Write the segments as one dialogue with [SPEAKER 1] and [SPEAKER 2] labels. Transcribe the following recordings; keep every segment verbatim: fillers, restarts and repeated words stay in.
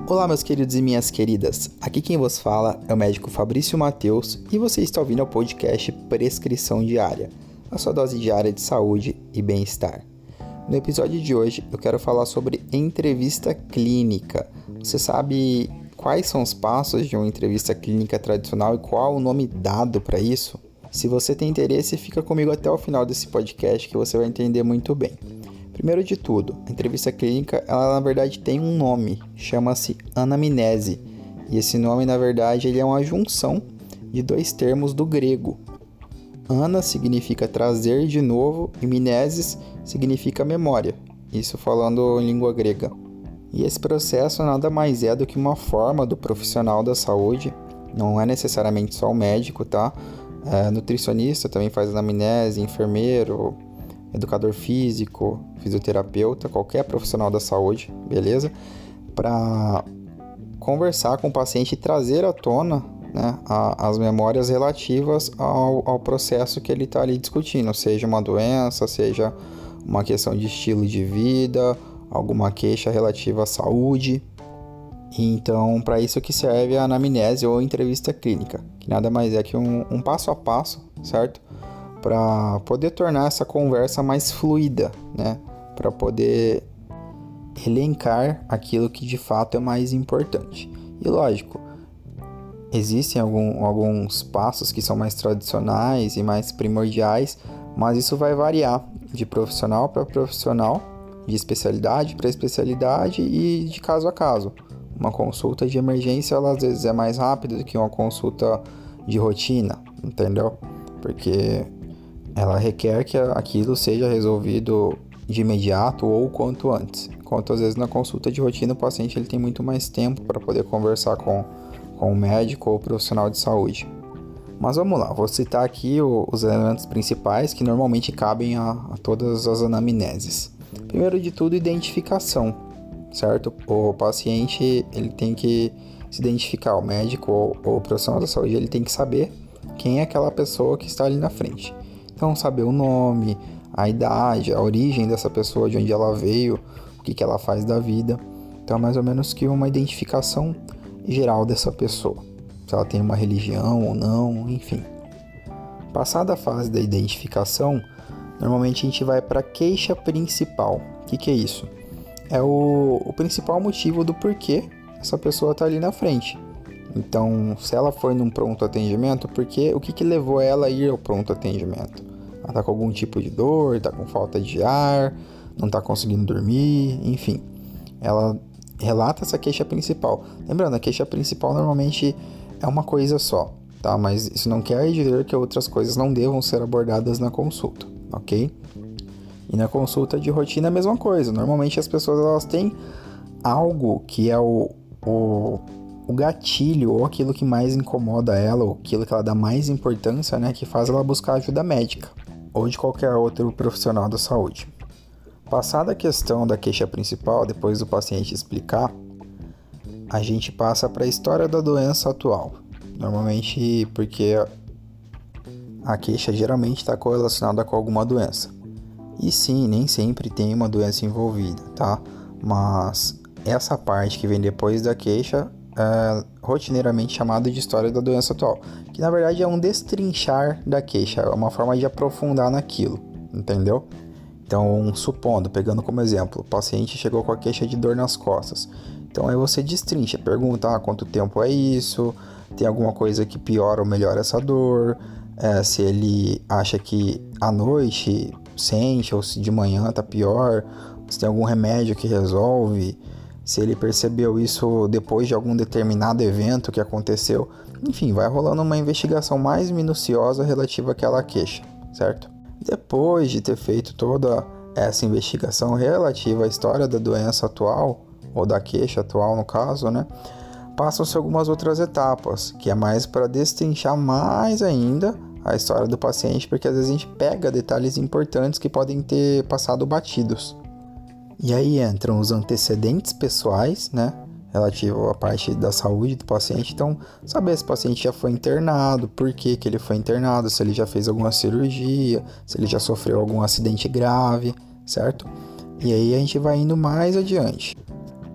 [SPEAKER 1] Olá, meus queridos e minhas queridas, aqui quem vos fala é o médico Fabrício Mateus e você está ouvindo o podcast Prescrição Diária, a sua dose diária de saúde e bem-estar. No episódio de hoje eu quero falar sobre entrevista clínica. Você sabe quais são os passos de uma entrevista clínica tradicional e qual o nome dado para isso? Se você tem interesse, fica comigo até o final desse podcast que você vai entender muito bem. Primeiro de tudo, a entrevista clínica, ela na verdade tem um nome, chama-se anamnese. E esse nome, na verdade, ele é uma junção de dois termos do grego. Ana significa trazer de novo e mnesis significa memória, isso falando em língua grega. E esse processo nada mais é do que uma forma do profissional da saúde, não é necessariamente só o médico, tá? É, nutricionista também faz anamnese, enfermeiro, educador físico, fisioterapeuta, qualquer profissional da saúde, beleza? Para conversar com o paciente e trazer à tona, né, a, as memórias relativas ao, ao processo que ele está ali discutindo, seja uma doença, seja uma questão de estilo de vida, alguma queixa relativa à saúde. Então, para isso que serve a anamnese ou entrevista clínica, que nada mais é que um, um passo a passo, certo? Para poder tornar essa conversa mais fluida, né? Para poder elencar aquilo que de fato é mais importante. E lógico, existem algum, alguns passos que são mais tradicionais e mais primordiais, mas isso vai variar de profissional para profissional, de especialidade para especialidade e de caso a caso. Uma consulta de emergência, ela às vezes é mais rápida do que uma consulta de rotina, entendeu? Porque ela requer que aquilo seja resolvido de imediato ou quanto antes. Enquanto às vezes na consulta de rotina o paciente ele tem muito mais tempo para poder conversar com, com o médico ou o profissional de saúde. Mas vamos lá, vou citar aqui o, os elementos principais que normalmente cabem a, a todas as anamneses. Primeiro de tudo, identificação, certo? O paciente ele tem que se identificar, o médico ou, ou o profissional da saúde ele tem que saber quem é aquela pessoa que está ali na frente. Então, saber o nome, a idade, a origem dessa pessoa, de onde ela veio, o que, que ela faz da vida. Então, é mais ou menos que uma identificação geral dessa pessoa. Se ela tem uma religião ou não, enfim. Passada a fase da identificação, normalmente a gente vai para a queixa principal. O que, que é isso? É o, o principal motivo do porquê essa pessoa está ali na frente. Então, se ela foi num pronto atendimento, porque, o que, que levou ela a ir ao pronto atendimento? Ela está com algum tipo de dor, está com falta de ar, não está conseguindo dormir, enfim. Ela relata essa queixa principal. Lembrando, a queixa principal normalmente é uma coisa só, tá? Mas isso não quer dizer que outras coisas não devam ser abordadas na consulta, ok? E na consulta de rotina é a mesma coisa. Normalmente as pessoas elas têm algo que é o... o o gatilho ou aquilo que mais incomoda ela, ou aquilo que ela dá mais importância, né, que faz ela buscar ajuda médica ou de qualquer outro profissional da saúde. Passada a questão da queixa principal, depois do paciente explicar, a gente passa para a história da doença atual. Normalmente porque a queixa geralmente está correlacionada com alguma doença. E sim, nem sempre tem uma doença envolvida, tá? Mas essa parte que vem depois da queixa é rotineiramente chamado de história da doença atual, que na verdade é um destrinchar da queixa, é uma forma de aprofundar naquilo, entendeu? Então, supondo, pegando como exemplo, o paciente chegou com a queixa de dor nas costas, então aí você destrincha, pergunta ah, quanto tempo é isso, tem alguma coisa que piora ou melhora essa dor, é, se ele acha que à noite sente ou se de manhã tá pior, se tem algum remédio que resolve, se ele percebeu isso depois de algum determinado evento que aconteceu. Enfim, vai rolando uma investigação mais minuciosa relativa àquela queixa, certo? Depois de ter feito toda essa investigação relativa à história da doença atual, ou da queixa atual no caso, né? Passam-se algumas outras etapas, que é mais para destrinchar mais ainda a história do paciente, porque às vezes a gente pega detalhes importantes que podem ter passado batidos. E aí entram os antecedentes pessoais, né, relativo à parte da saúde do paciente. Então, saber se o paciente já foi internado, por que que ele foi internado, se ele já fez alguma cirurgia, se ele já sofreu algum acidente grave, certo? E aí a gente vai indo mais adiante.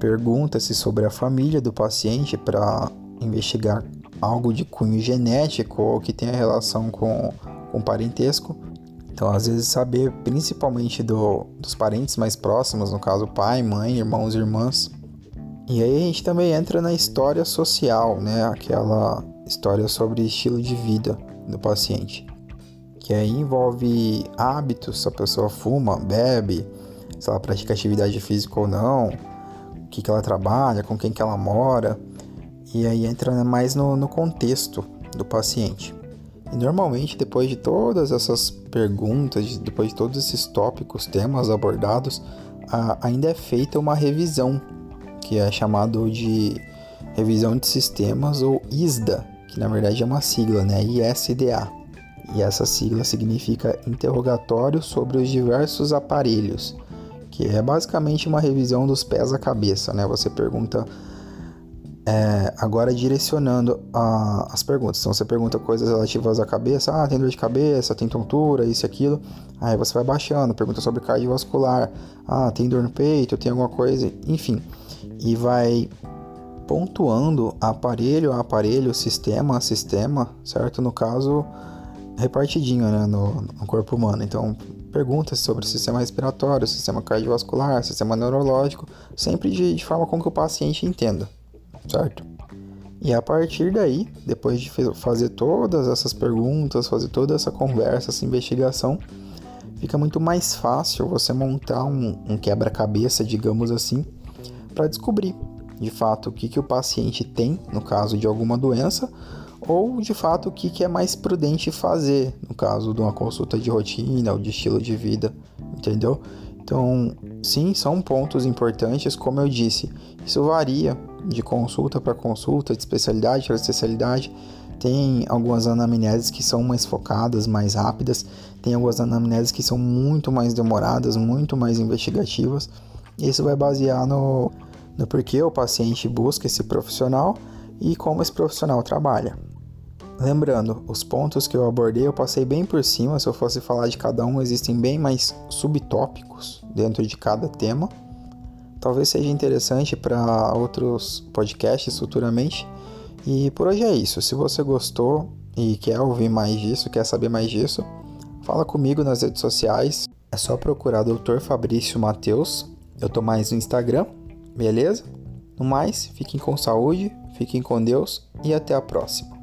[SPEAKER 1] pergunta-se sobre a família do paciente para investigar algo de cunho genético ou que tenha relação com, com parentesco. Então, às vezes, saber principalmente do, dos parentes mais próximos, no caso pai, mãe, irmãos e irmãs. E aí a gente também entra na história social, né? Aquela história sobre estilo de vida do paciente, que aí envolve hábitos, se a pessoa fuma, bebe, se ela pratica atividade física ou não, o que, que ela trabalha, com quem que ela mora, e aí entra mais no, no contexto do paciente. E normalmente, depois de todas essas perguntas, depois de todos esses tópicos, temas abordados, a, ainda é feita uma revisão, que é chamado de revisão de sistemas ou I S D A, que na verdade é uma sigla, né? I S D A. E essa sigla significa Interrogatório sobre os Diversos Aparelhos, que é basicamente uma revisão dos pés à cabeça, né? Você pergunta, é, agora direcionando a, as perguntas. Então você pergunta coisas relativas à cabeça, ah, tem dor de cabeça, tem tontura, isso e aquilo. Aí você vai baixando, pergunta sobre cardiovascular, ah, tem dor no peito, tem alguma coisa, enfim. E vai pontuando aparelho a aparelho, sistema a sistema, certo? No caso, repartidinho, né, no, no corpo humano. Então, perguntas sobre o sistema respiratório, sistema cardiovascular, sistema neurológico, sempre de, de forma com que o paciente entenda, certo? E a partir daí, depois de fazer todas essas perguntas, fazer toda essa conversa, essa investigação, fica muito mais fácil você montar um, um quebra-cabeça, digamos assim, para descobrir, de fato, o que, que o paciente tem, no caso de alguma doença, ou, de fato, o que, que é mais prudente fazer, no caso de uma consulta de rotina ou de estilo de vida, entendeu? Então, sim, são pontos importantes, como eu disse, isso varia de consulta para consulta, de especialidade para especialidade. Tem algumas anamneses que são mais focadas, mais rápidas, tem algumas anamneses que são muito mais demoradas, muito mais investigativas. Isso vai basear no, no porquê o paciente busca esse profissional e como esse profissional trabalha. Lembrando, os pontos que eu abordei eu passei bem por cima. Se eu fosse falar de cada um, existem bem mais subtópicos dentro de cada tema. Talvez seja interessante para outros podcasts futuramente. E por hoje é isso. Se você gostou e quer ouvir mais disso, quer saber mais disso, fala comigo nas redes sociais. É só procurar doutor Fabrício Mateus. Eu tô mais no Instagram, beleza? No mais, fiquem com saúde, fiquem com Deus e até a próxima.